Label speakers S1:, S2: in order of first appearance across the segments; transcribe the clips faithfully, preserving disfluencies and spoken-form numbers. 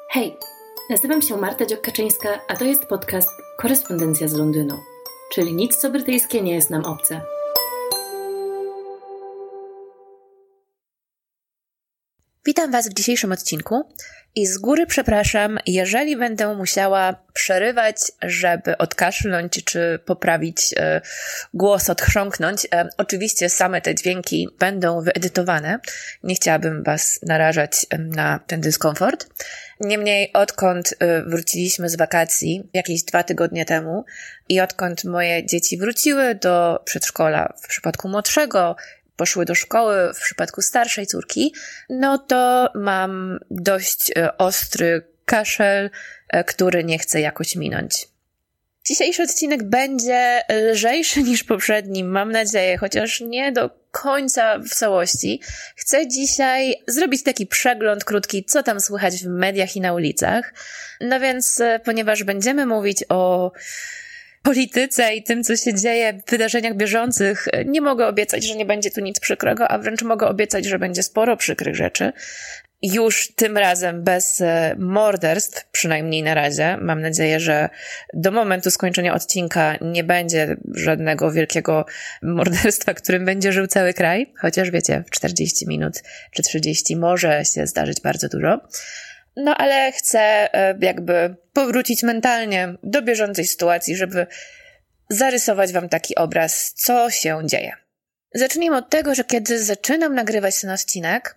S1: Hej, nazywam się Marta Dziokaczyńska, a to jest podcast Korespondencja z Londynu, czyli nic co brytyjskie nie jest nam obce.
S2: Witam Was w dzisiejszym odcinku i z góry przepraszam, jeżeli będę musiała przerywać, żeby odkaszlnąć czy poprawić e, głos, odchrząknąć. E, oczywiście same te dźwięki będą wyedytowane. Nie chciałabym Was narażać na ten dyskomfort. Niemniej odkąd e, wróciliśmy z wakacji jakieś dwa tygodnie temu i odkąd moje dzieci wróciły do przedszkola w przypadku młodszego, poszły do szkoły w przypadku starszej córki, no to mam dość ostry kaszel, który nie chcę jakoś minąć. Dzisiejszy odcinek będzie lżejszy niż poprzedni, mam nadzieję, chociaż nie do końca w całości. Chcę dzisiaj zrobić taki przegląd krótki, co tam słychać w mediach i na ulicach. No więc, ponieważ będziemy mówić o polityce i tym, co się dzieje w wydarzeniach bieżących, nie mogę obiecać, że nie będzie tu nic przykrego, a wręcz mogę obiecać, że będzie sporo przykrych rzeczy. Już tym razem bez morderstw, przynajmniej na razie. Mam nadzieję, że do momentu skończenia odcinka nie będzie żadnego wielkiego morderstwa, którym będzie żył cały kraj. Chociaż wiecie, w czterdzieści minut czy trzydzieści może się zdarzyć bardzo dużo. No ale chcę jakby powrócić mentalnie do bieżącej sytuacji, żeby zarysować Wam taki obraz, co się dzieje. Zacznijmy od tego, że kiedy zaczynam nagrywać ten odcinek,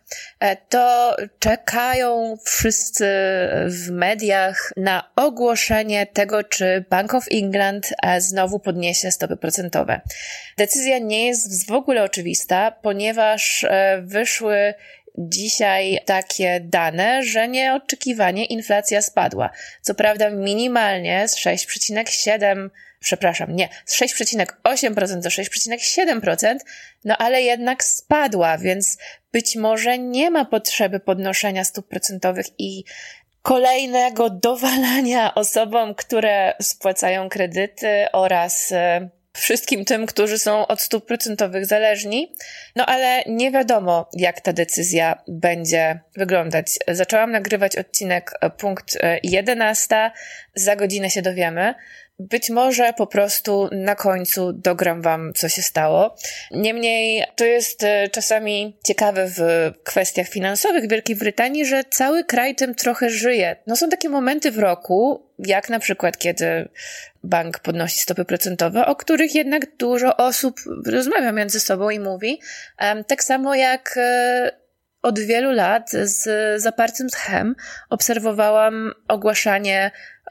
S2: to czekają wszyscy w mediach na ogłoszenie tego, czy Bank of England znowu podniesie stopy procentowe. Decyzja nie jest w ogóle oczywista, ponieważ wyszły dzisiaj takie dane, że nieoczekiwanie inflacja spadła. Co prawda minimalnie z sześć przecinek siedem, przepraszam, nie, z sześć przecinek osiem procent do sześć przecinek siedem procent, no ale jednak spadła, więc być może nie ma potrzeby podnoszenia stóp procentowych i kolejnego dowalania osobom, które spłacają kredyty oraz wszystkim tym, którzy są od stóp procentowych zależni. No ale nie wiadomo, jak ta decyzja będzie wyglądać. Zaczęłam nagrywać odcinek punkt jedenasty, za godzinę się dowiemy. Być może po prostu na końcu dogram Wam, co się stało. Niemniej to jest czasami ciekawe w kwestiach finansowych w Wielkiej Brytanii, że cały kraj tym trochę żyje. No są takie momenty w roku, jak na przykład kiedy bank podnosi stopy procentowe, o których jednak dużo osób rozmawia między sobą i mówi. Tak samo jak od wielu lat z zapartym tchem obserwowałam ogłaszanie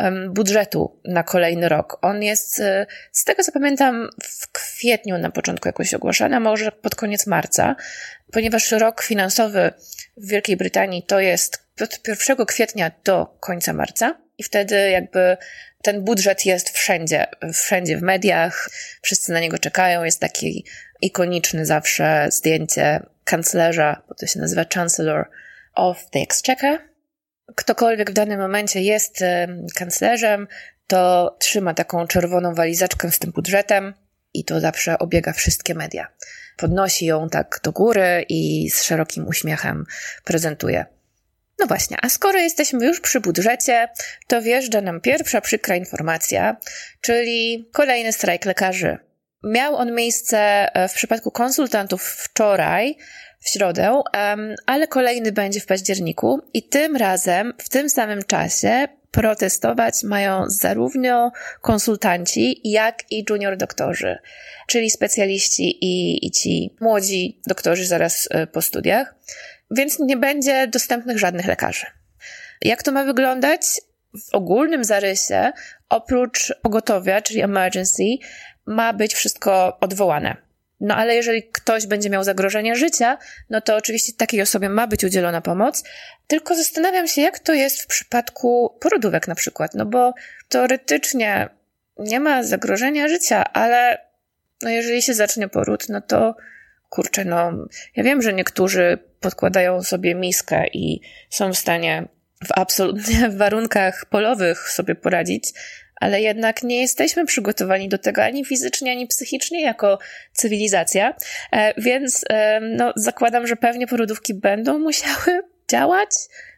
S2: budżetu na kolejny rok. On jest, z tego co pamiętam, w kwietniu na początku jakoś ogłaszany, a może pod koniec marca, ponieważ rok finansowy w Wielkiej Brytanii to jest od pierwszego kwietnia do końca marca i wtedy jakby ten budżet jest wszędzie, wszędzie w mediach, wszyscy na niego czekają, jest taki ikoniczny zawsze zdjęcie kanclerza, bo to się nazywa Chancellor of the Exchequer. Ktokolwiek w danym momencie jest kanclerzem, to trzyma taką czerwoną walizeczkę z tym budżetem i to zawsze obiega wszystkie media. Podnosi ją tak do góry i z szerokim uśmiechem prezentuje. No właśnie, a skoro jesteśmy już przy budżecie, to wjeżdża nam pierwsza przykra informacja, czyli kolejny strajk lekarzy. Miał on miejsce w przypadku konsultantów wczoraj, w środę, ale kolejny będzie w październiku i tym razem, w tym samym czasie protestować mają zarówno konsultanci, jak i junior doktorzy, czyli specjaliści i, i ci młodzi doktorzy zaraz po studiach, więc nie będzie dostępnych żadnych lekarzy. Jak to ma wyglądać? W ogólnym zarysie, oprócz pogotowia, czyli emergency, ma być wszystko odwołane. No ale jeżeli ktoś będzie miał zagrożenie życia, no to oczywiście takiej osobie ma być udzielona pomoc. Tylko zastanawiam się, jak to jest w przypadku porodówek na przykład, no bo teoretycznie nie ma zagrożenia życia, ale no jeżeli się zacznie poród, no to kurczę, no ja wiem, że niektórzy podkładają sobie miskę i są w stanie w absolutnie w warunkach polowych sobie poradzić, ale jednak nie jesteśmy przygotowani do tego ani fizycznie, ani psychicznie jako cywilizacja, więc no, zakładam, że pewnie porodówki będą musiały działać,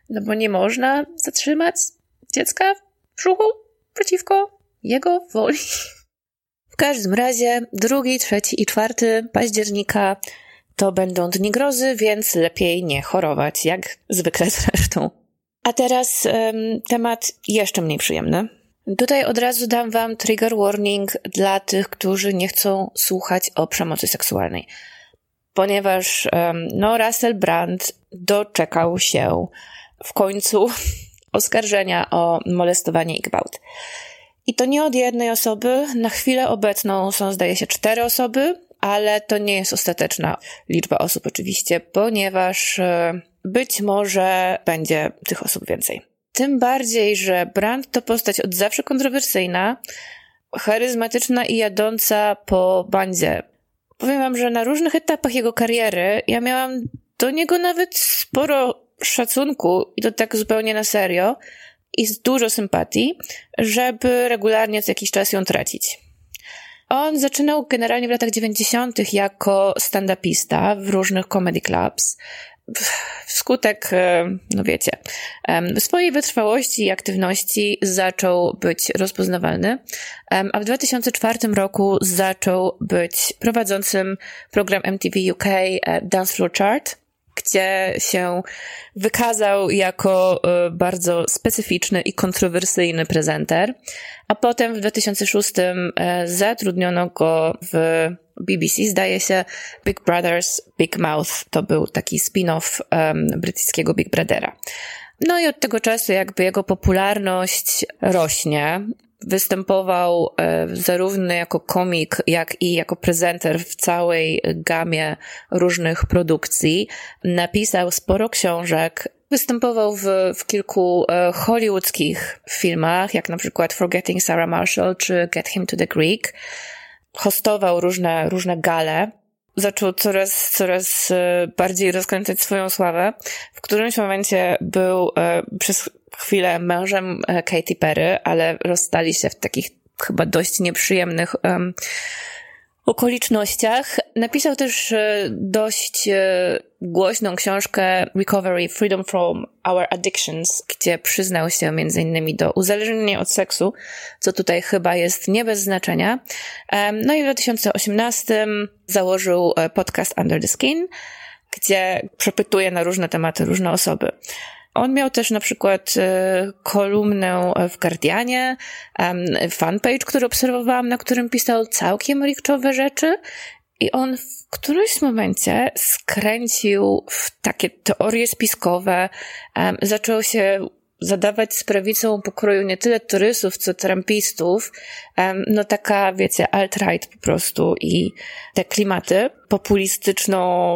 S2: no bo nie można zatrzymać dziecka w brzuchu przeciwko jego woli. W każdym razie drugi, trzeci i czwarty października to będą dni grozy, więc lepiej nie chorować, jak zwykle zresztą. A teraz um, temat jeszcze mniej przyjemny. Tutaj od razu dam wam trigger warning dla tych, którzy nie chcą słuchać o przemocy seksualnej. Ponieważ um, no, Russell Brand doczekał się w końcu oskarżenia o molestowanie i gwałt. I to nie od jednej osoby. Na chwilę obecną są, zdaje się, cztery osoby, ale to nie jest ostateczna liczba osób oczywiście, ponieważ e, być może będzie tych osób więcej. Tym bardziej, że Brand to postać od zawsze kontrowersyjna, charyzmatyczna i jadąca po bandzie. Powiem wam, że na różnych etapach jego kariery ja miałam do niego nawet sporo szacunku i to tak zupełnie na serio i z dużo sympatii, żeby regularnie co jakiś czas ją tracić. On zaczynał generalnie w latach dziewięćdziesiątych jako stand-upista w różnych comedy clubs. Wskutek, no wiecie, swojej wytrwałości i aktywności zaczął być rozpoznawalny, a w dwa tysiące czwartym roku zaczął być prowadzącym program M T V U K Dance Floor Chart, gdzie się wykazał jako bardzo specyficzny i kontrowersyjny prezenter, a potem w dwa tysiące szóstym zatrudniono go w B B C, zdaje się, Big Brother's Big Mouth. To był taki spin-off um, brytyjskiego Big Brothera. No i od tego czasu jakby jego popularność rośnie. Występował e, zarówno jako komik, jak i jako prezenter w całej gamie różnych produkcji. Napisał sporo książek. Występował w, w kilku e, hollywoodzkich filmach, jak na przykład Forgetting Sarah Marshall czy Get Him to the Greek. Hostował różne, różne gale. Zaczął coraz, coraz bardziej rozkręcać swoją sławę. W którymś momencie był e, przez chwilę mężem Katy Perry, ale rozstali się w takich chyba dość nieprzyjemnych um, okolicznościach. Napisał też e, dość e, głośną książkę Recovery, Freedom from Our Addictions, gdzie przyznał się między innymi do uzależnienia od seksu, co tutaj chyba jest nie bez znaczenia. Um, no i w dwa tysiące osiemnastym założył podcast Under the Skin, gdzie przepytuje na różne tematy różne osoby. On miał też na przykład e, kolumnę w Guardianie, um, fanpage, który obserwowałam, na którym pisał całkiem rikczowe rzeczy i on w którymś momencie skręcił w takie teorie spiskowe, um, zaczął się zadawać z prawicą pokroju nie tyle turystów, co trumpistów, um, no taka, wiecie, alt-right po prostu i te klimaty populistyczno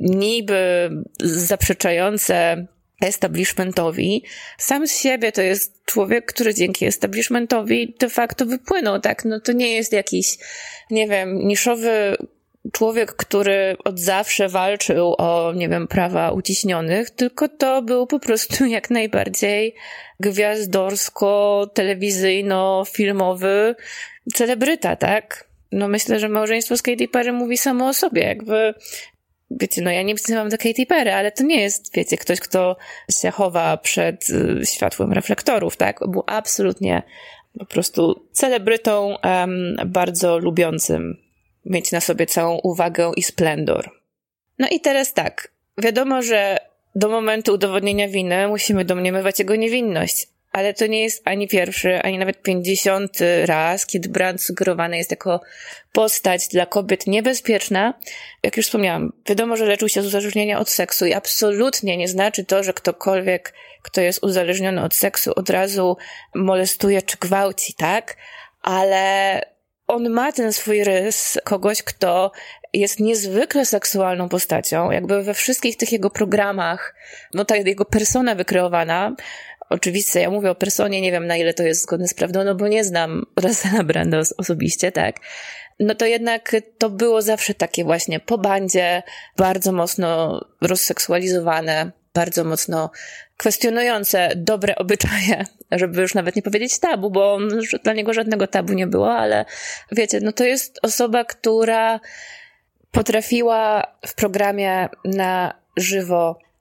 S2: niby zaprzeczające establishmentowi. Sam z siebie to jest człowiek, który dzięki establishmentowi de facto wypłynął, tak? No to nie jest jakiś, nie wiem, niszowy człowiek, który od zawsze walczył o, nie wiem, prawa uciśnionych, tylko to był po prostu jak najbardziej gwiazdorsko-telewizyjno-filmowy celebryta, tak? No myślę, że małżeństwo z Katy Perry mówi samo o sobie, jakby wiecie, no ja nie wzywam do Katy Perry, ale to nie jest, wiecie, ktoś, kto się chowa przed y, światłem reflektorów, tak? Był absolutnie po prostu celebrytą, um, bardzo lubiącym mieć na sobie całą uwagę i splendor. No i teraz tak, wiadomo, że do momentu udowodnienia winy musimy domniemywać jego niewinność, ale to nie jest ani pierwszy, ani nawet pięćdziesiąty raz, kiedy Brand sugerowany jest jako postać dla kobiet niebezpieczna. Jak już wspomniałam, wiadomo, że leczył się z uzależnienia od seksu i absolutnie nie znaczy to, że ktokolwiek, kto jest uzależniony od seksu, od razu molestuje czy gwałci, tak? Ale on ma ten swój rys kogoś, kto jest niezwykle seksualną postacią, jakby we wszystkich tych jego programach, no ta jego persona wykreowana. Oczywiście ja mówię o personie, nie wiem na ile to jest zgodne z prawdą, no bo nie znam Russella Branda osobiście, tak? No to jednak to było zawsze takie właśnie po bandzie, bardzo mocno rozseksualizowane, bardzo mocno kwestionujące dobre obyczaje, żeby już nawet nie powiedzieć tabu, bo dla niego żadnego tabu nie było, ale wiecie, no to jest osoba, która potrafiła w programie na żywo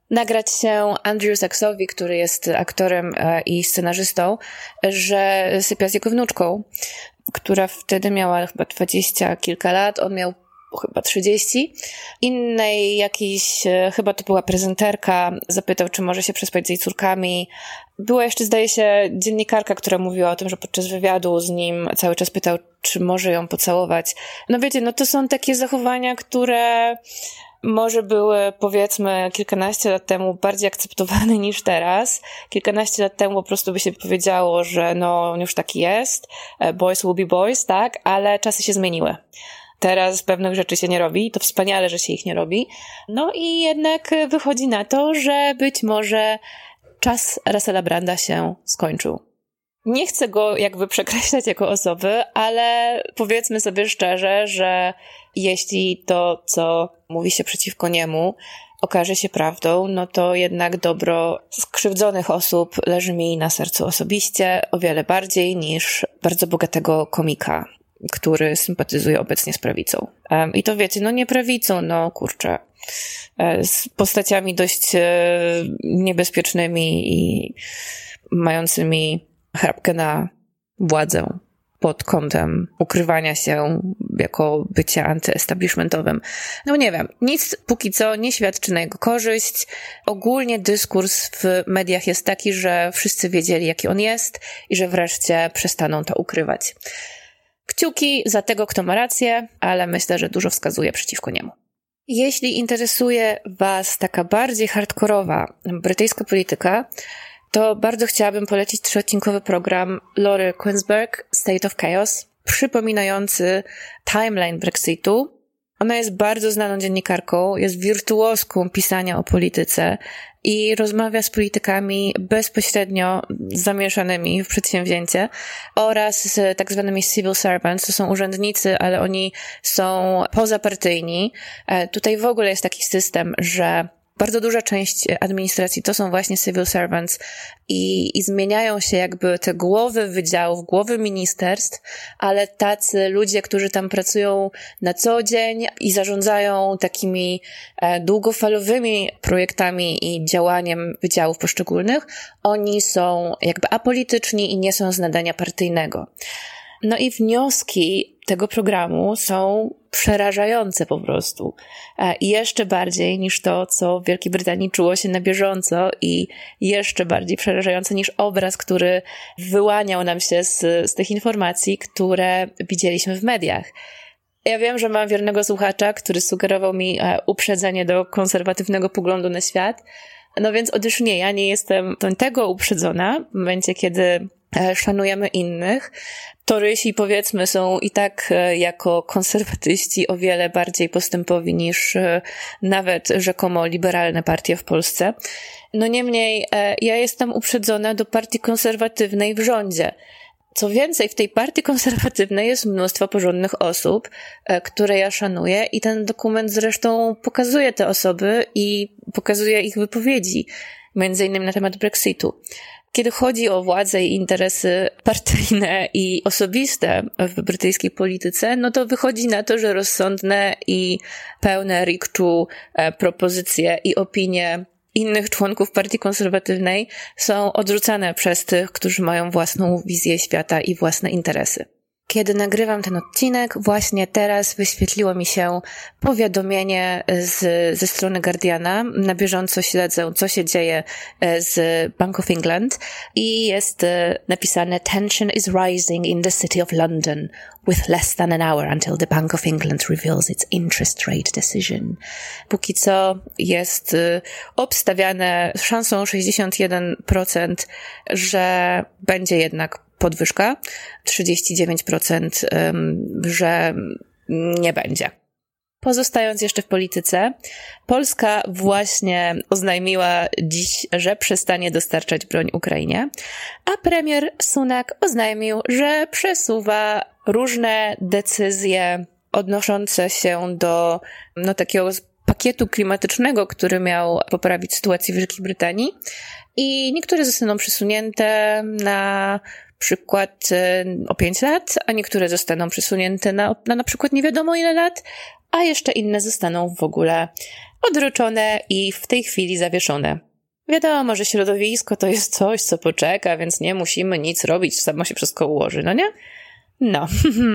S2: nagrać się Andrew Saxowi, który jest aktorem i scenarzystą, że sypia z jego wnuczką, która wtedy miała chyba dwadzieścia kilka lat, on miał chyba trzydzieści. Innej jakiejś, chyba to była prezenterka, zapytał, czy może się przespać z jej córkami. Była jeszcze, zdaje się, dziennikarka, która mówiła o tym, że podczas wywiadu z nim cały czas pytał, czy może ją pocałować. No wiecie, no to są takie zachowania, które może były, powiedzmy, kilkanaście lat temu bardziej akceptowane niż teraz. Kilkanaście lat temu po prostu by się powiedziało, że no już taki jest, boys will be boys, tak? Ale czasy się zmieniły. Teraz pewnych rzeczy się nie robi, to wspaniale, że się ich nie robi. No i jednak wychodzi na to, że być może czas Russella Branda się skończył. Nie chcę go jakby przekreślać jako osoby, ale powiedzmy sobie szczerze, że jeśli to, co mówi się przeciwko niemu, okaże się prawdą, no to jednak dobro skrzywdzonych osób leży mi na sercu osobiście o wiele bardziej niż bardzo bogatego komika, który sympatyzuje obecnie z prawicą. Um, I to wiecie, no nie prawicą, no kurczę, z postaciami dość e, niebezpiecznymi i mającymi chrapkę na władzę pod kątem ukrywania się jako bycia antyestablishmentowym. No nie wiem, nic póki co nie świadczy na jego korzyść. Ogólnie dyskurs w mediach jest taki, że wszyscy wiedzieli, jaki on jest i że wreszcie przestaną to ukrywać. Kciuki za tego, kto ma rację, ale myślę, że dużo wskazuje przeciwko niemu. Jeśli interesuje Was taka bardziej hardkorowa brytyjska polityka, to bardzo chciałabym polecić trzyodcinkowy program Laury Queensberg, State of Chaos, przypominający timeline Brexitu. Ona jest bardzo znaną dziennikarką, jest wirtuozką pisania o polityce i rozmawia z politykami bezpośrednio zamieszanymi w przedsięwzięcie oraz z tak zwanymi civil servants, to są urzędnicy, ale oni są pozapartyjni. Tutaj w ogóle jest taki system, że bardzo duża część administracji to są właśnie civil servants i, i zmieniają się jakby te głowy wydziałów, głowy ministerstw, ale tacy ludzie, którzy tam pracują na co dzień i zarządzają takimi e, długofalowymi projektami i działaniem wydziałów poszczególnych, oni są jakby apolityczni i nie są z nadania partyjnego. No i wnioski tego programu są przerażające po prostu. I jeszcze bardziej niż to, co w Wielkiej Brytanii czuło się na bieżąco i jeszcze bardziej przerażające niż obraz, który wyłaniał nam się z, z tych informacji, które widzieliśmy w mediach. Ja wiem, że mam wiernego słuchacza, który sugerował mi uprzedzenie do konserwatywnego poglądu na świat. No więc otóż nie, ja nie jestem tego uprzedzona w momencie, kiedy szanujemy innych. Torysi, powiedzmy, są i tak jako konserwatyści o wiele bardziej postępowi niż nawet rzekomo liberalne partie w Polsce. No niemniej ja jestem uprzedzona do partii konserwatywnej w rządzie. Co więcej, w tej partii konserwatywnej jest mnóstwo porządnych osób, które ja szanuję i ten dokument zresztą pokazuje te osoby i pokazuje ich wypowiedzi, między innymi na temat Brexitu. Kiedy chodzi o władzę i interesy partyjne i osobiste w brytyjskiej polityce, no to wychodzi na to, że rozsądne i pełne rikczu propozycje i opinie innych członków partii konserwatywnej są odrzucane przez tych, którzy mają własną wizję świata i własne interesy. Kiedy nagrywam ten odcinek, właśnie teraz wyświetliło mi się powiadomienie z, ze strony Guardiana. Na bieżąco śledzę, co się dzieje z Bank of England i jest napisane "Tension is rising in the city of London with less than an hour until the Bank of England reveals its interest rate decision". Póki co jest obstawiane szansą sześćdziesiąt jeden procent, że będzie jednak podwyżka, trzydzieści dziewięć procent, że nie będzie. Pozostając jeszcze w polityce, Polska właśnie oznajmiła dziś, że przestanie dostarczać broń Ukrainie, a premier Sunak oznajmił, że przesuwa różne decyzje odnoszące się do no, takiego pakietu klimatycznego, który miał poprawić sytuację w Wielkiej Brytanii i niektóre zostaną przesunięte na przykład o pięć lat, a niektóre zostaną przesunięte na, na na przykład nie wiadomo ile lat, a jeszcze inne zostaną w ogóle odroczone i w tej chwili zawieszone. Wiadomo, że środowisko to jest coś, co poczeka, więc nie musimy nic robić, samo się wszystko ułoży, no nie? No.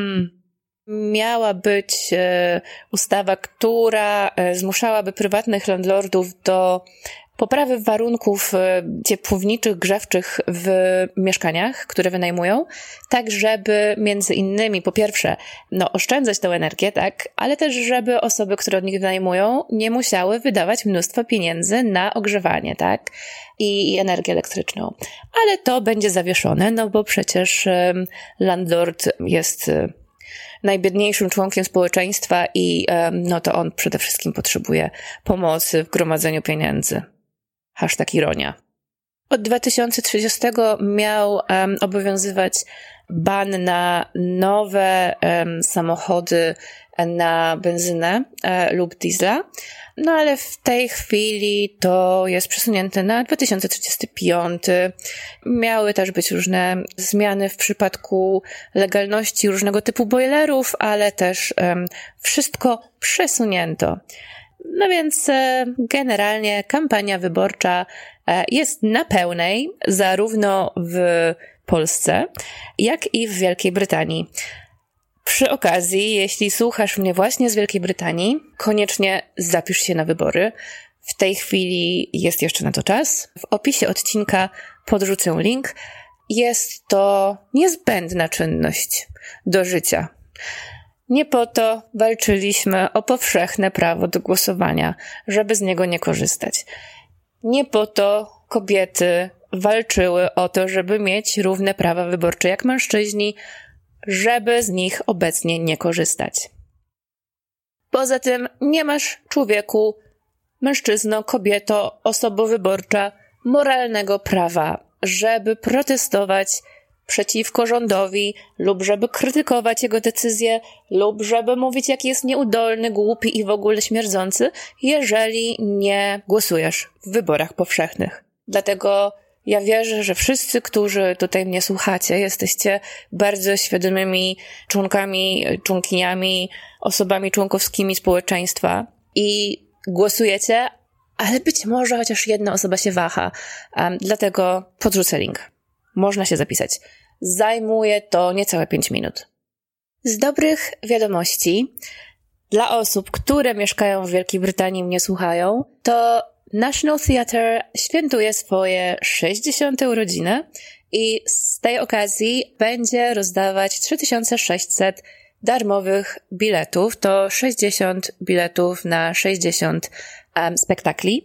S2: Miała być e, ustawa, która e, zmuszałaby prywatnych landlordów do poprawy warunków e, ciepłowniczych, grzewczych w mieszkaniach, które wynajmują, tak żeby między innymi po pierwsze no, oszczędzać tę energię, tak, ale też żeby osoby, które od nich wynajmują, nie musiały wydawać mnóstwo pieniędzy na ogrzewanie, tak, i, i energię elektryczną. Ale to będzie zawieszone, no bo przecież e, landlord jest e, najbiedniejszym członkiem społeczeństwa i no to on przede wszystkim potrzebuje pomocy w gromadzeniu pieniędzy. Hashtag ironia. Od dwa tysiące trzydziestego miał um, obowiązywać ban na nowe um, samochody na benzynę e, lub diesla, no ale w tej chwili to jest przesunięte na dwa tysiące trzydziesty piąty. Miały też być różne zmiany w przypadku legalności różnego typu boilerów, ale też um, wszystko przesunięto. No więc e, generalnie kampania wyborcza e, jest na pełnej, zarówno w Polsce, jak i w Wielkiej Brytanii. Przy okazji, jeśli słuchasz mnie właśnie z Wielkiej Brytanii, koniecznie zapisz się na wybory. W tej chwili jest jeszcze na to czas. W opisie odcinka podrzucę link. Jest to niezbędna czynność do życia. Nie po to walczyliśmy o powszechne prawo do głosowania, żeby z niego nie korzystać. Nie po to kobiety walczyły o to, żeby mieć równe prawa wyborcze jak mężczyźni, żeby z nich obecnie nie korzystać. Poza tym nie masz, człowieku, mężczyzno, kobieto, osobo wyborcza, moralnego prawa, żeby protestować przeciwko rządowi lub żeby krytykować jego decyzje lub żeby mówić, jak jest nieudolny, głupi i w ogóle śmierdzący, jeżeli nie głosujesz w wyborach powszechnych. Dlatego ja wierzę, że wszyscy, którzy tutaj mnie słuchacie, jesteście bardzo świadomymi członkami, członkiniami, osobami członkowskimi społeczeństwa i głosujecie, ale być może chociaż jedna osoba się waha. Um, dlatego podrzucę link. Można się zapisać. Zajmuje to niecałe pięć minut. Z dobrych wiadomości dla osób, które mieszkają w Wielkiej Brytanii i mnie słuchają, to National Theatre świętuje swoje sześćdziesiąte urodziny i z tej okazji będzie rozdawać trzy tysiące sześćset darmowych biletów. To sześćdziesiąt biletów na sześćdziesiąt um, spektakli.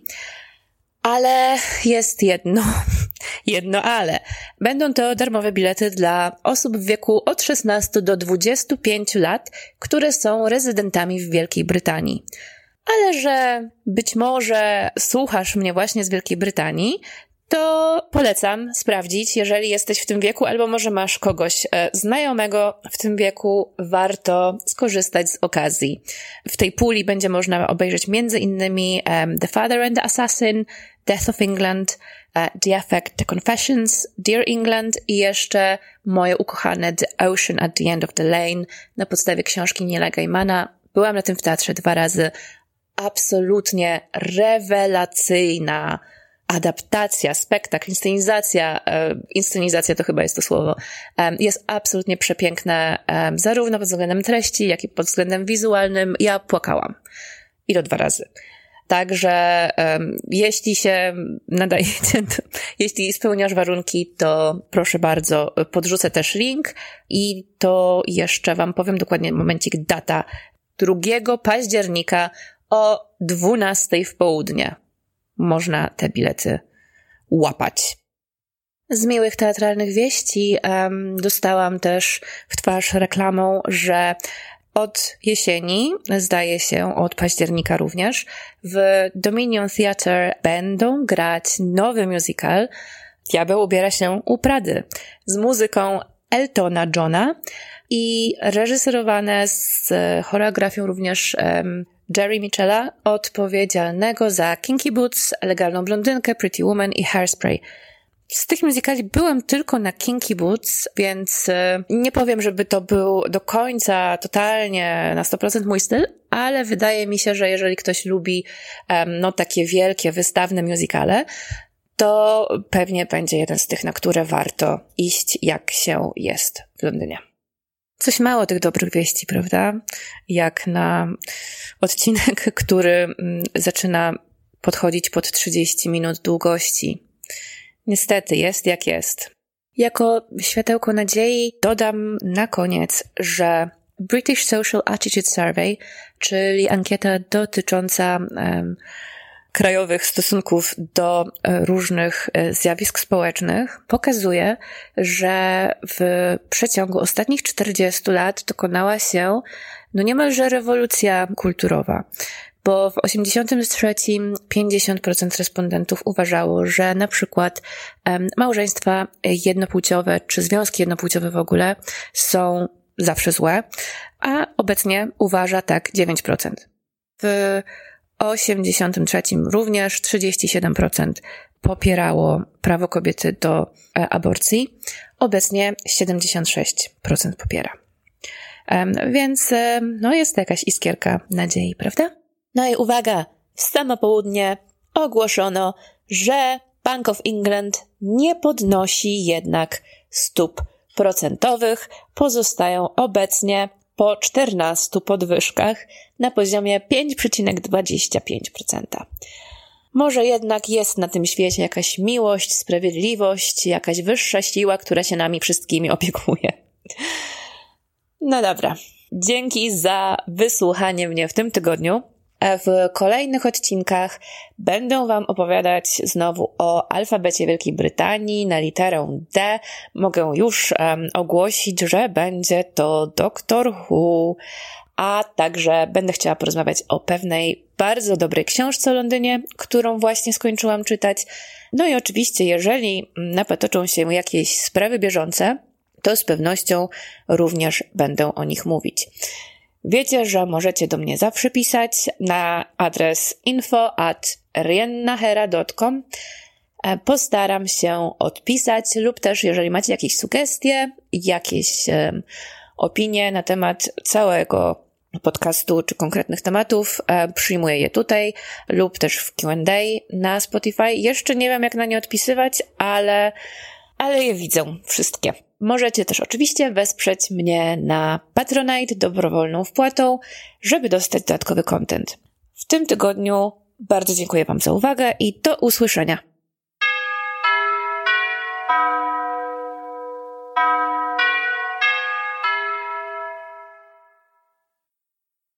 S2: Ale jest jedno, jedno ale. Będą to darmowe bilety dla osób w wieku od szesnastu do dwudziestu pięciu lat, które są rezydentami w Wielkiej Brytanii. Ale że być może słuchasz mnie właśnie z Wielkiej Brytanii, to polecam sprawdzić, jeżeli jesteś w tym wieku, albo może masz kogoś e, znajomego w tym wieku, warto skorzystać z okazji. W tej puli będzie można obejrzeć między innymi um, The Father and the Assassin, Death of England, uh, The Effect, The Confessions, Dear England i jeszcze moje ukochane The Ocean at the End of the Lane na podstawie książki Neila Gaimana. Byłam na tym w teatrze dwa razy. Absolutnie rewelacyjna adaptacja, spektakl, inscenizacja, e, inscenizacja to chyba jest to słowo, e, jest absolutnie przepiękna, e, zarówno pod względem treści, jak i pod względem wizualnym. Ja płakałam. I to dwa razy. Także um, jeśli się nadajecie, to, jeśli spełniasz warunki, to proszę bardzo, podrzucę też link i to jeszcze wam powiem dokładnie momencik, data drugiego października o dwunastej w południe. Można te bilety łapać. Z miłych teatralnych wieści um, dostałam też w twarz reklamą, że od jesieni, zdaje się od października również, w Dominion Theatre będą grać nowy musical Diabeł ubiera się u Prady z muzyką Eltona Johna i reżyserowane z choreografią również um, Jerry Michela, odpowiedzialnego za Kinky Boots, Legalną blondynkę, Pretty Woman i Hairspray. Z tych musicali byłem tylko na Kinky Boots, więc nie powiem, żeby to był do końca, totalnie na sto procent mój styl, ale wydaje mi się, że jeżeli ktoś lubi no takie wielkie, wystawne musicale, to pewnie będzie jeden z tych, na które warto iść, jak się jest w Londynie. Coś mało tych dobrych wieści, prawda? Jak na odcinek, który zaczyna podchodzić pod trzydzieści minut długości. Niestety, jest jak jest. Jako światełko nadziei dodam na koniec, że British Social Attitude Survey, czyli ankieta dotycząca um, krajowych stosunków do różnych zjawisk społecznych, pokazuje, że w przeciągu ostatnich czterdziestu lat dokonała się no niemalże rewolucja kulturowa. Bo w osiemdziesiątym trzecim pięćdziesiąt procent respondentów uważało, że na przykład um, małżeństwa jednopłciowe czy związki jednopłciowe w ogóle są zawsze złe, a obecnie uważa tak dziewięć procent. W osiemdziesiątym trzecim również trzydzieści siedem procent popierało prawo kobiety do e, aborcji, obecnie siedemdziesiąt sześć procent popiera. Um, więc e, no jest to jakaś iskierka nadziei, prawda? No i uwaga, w samo południe ogłoszono, że Bank of England nie podnosi jednak stóp procentowych, pozostają obecnie po czternastu podwyżkach na poziomie pięć przecinek dwadzieścia pięć procent. Może jednak jest na tym świecie jakaś miłość, sprawiedliwość, jakaś wyższa siła, która się nami wszystkimi opiekuje. No dobra, dzięki za wysłuchanie mnie w tym tygodniu. W kolejnych odcinkach będę Wam opowiadać znowu o alfabecie Wielkiej Brytanii na literę D. Mogę już um, ogłosić, że będzie to Doctor Who, a także będę chciała porozmawiać o pewnej bardzo dobrej książce o Londynie, którą właśnie skończyłam czytać. No i oczywiście, jeżeli napatoczą się jakieś sprawy bieżące, to z pewnością również będę o nich mówić. Wiecie, że możecie do mnie zawsze pisać na adres info at riennahera kropka com. Postaram się odpisać lub też jeżeli macie jakieś sugestie, jakieś um, opinie na temat całego podcastu czy konkretnych tematów, e, przyjmuję je tutaj lub też w Q and A na Spotify. Jeszcze nie wiem, jak na nie odpisywać, ale, ale je widzę wszystkie. Możecie też oczywiście wesprzeć mnie na Patronite dobrowolną wpłatą, żeby dostać dodatkowy content. W tym tygodniu bardzo dziękuję Wam za uwagę i do usłyszenia.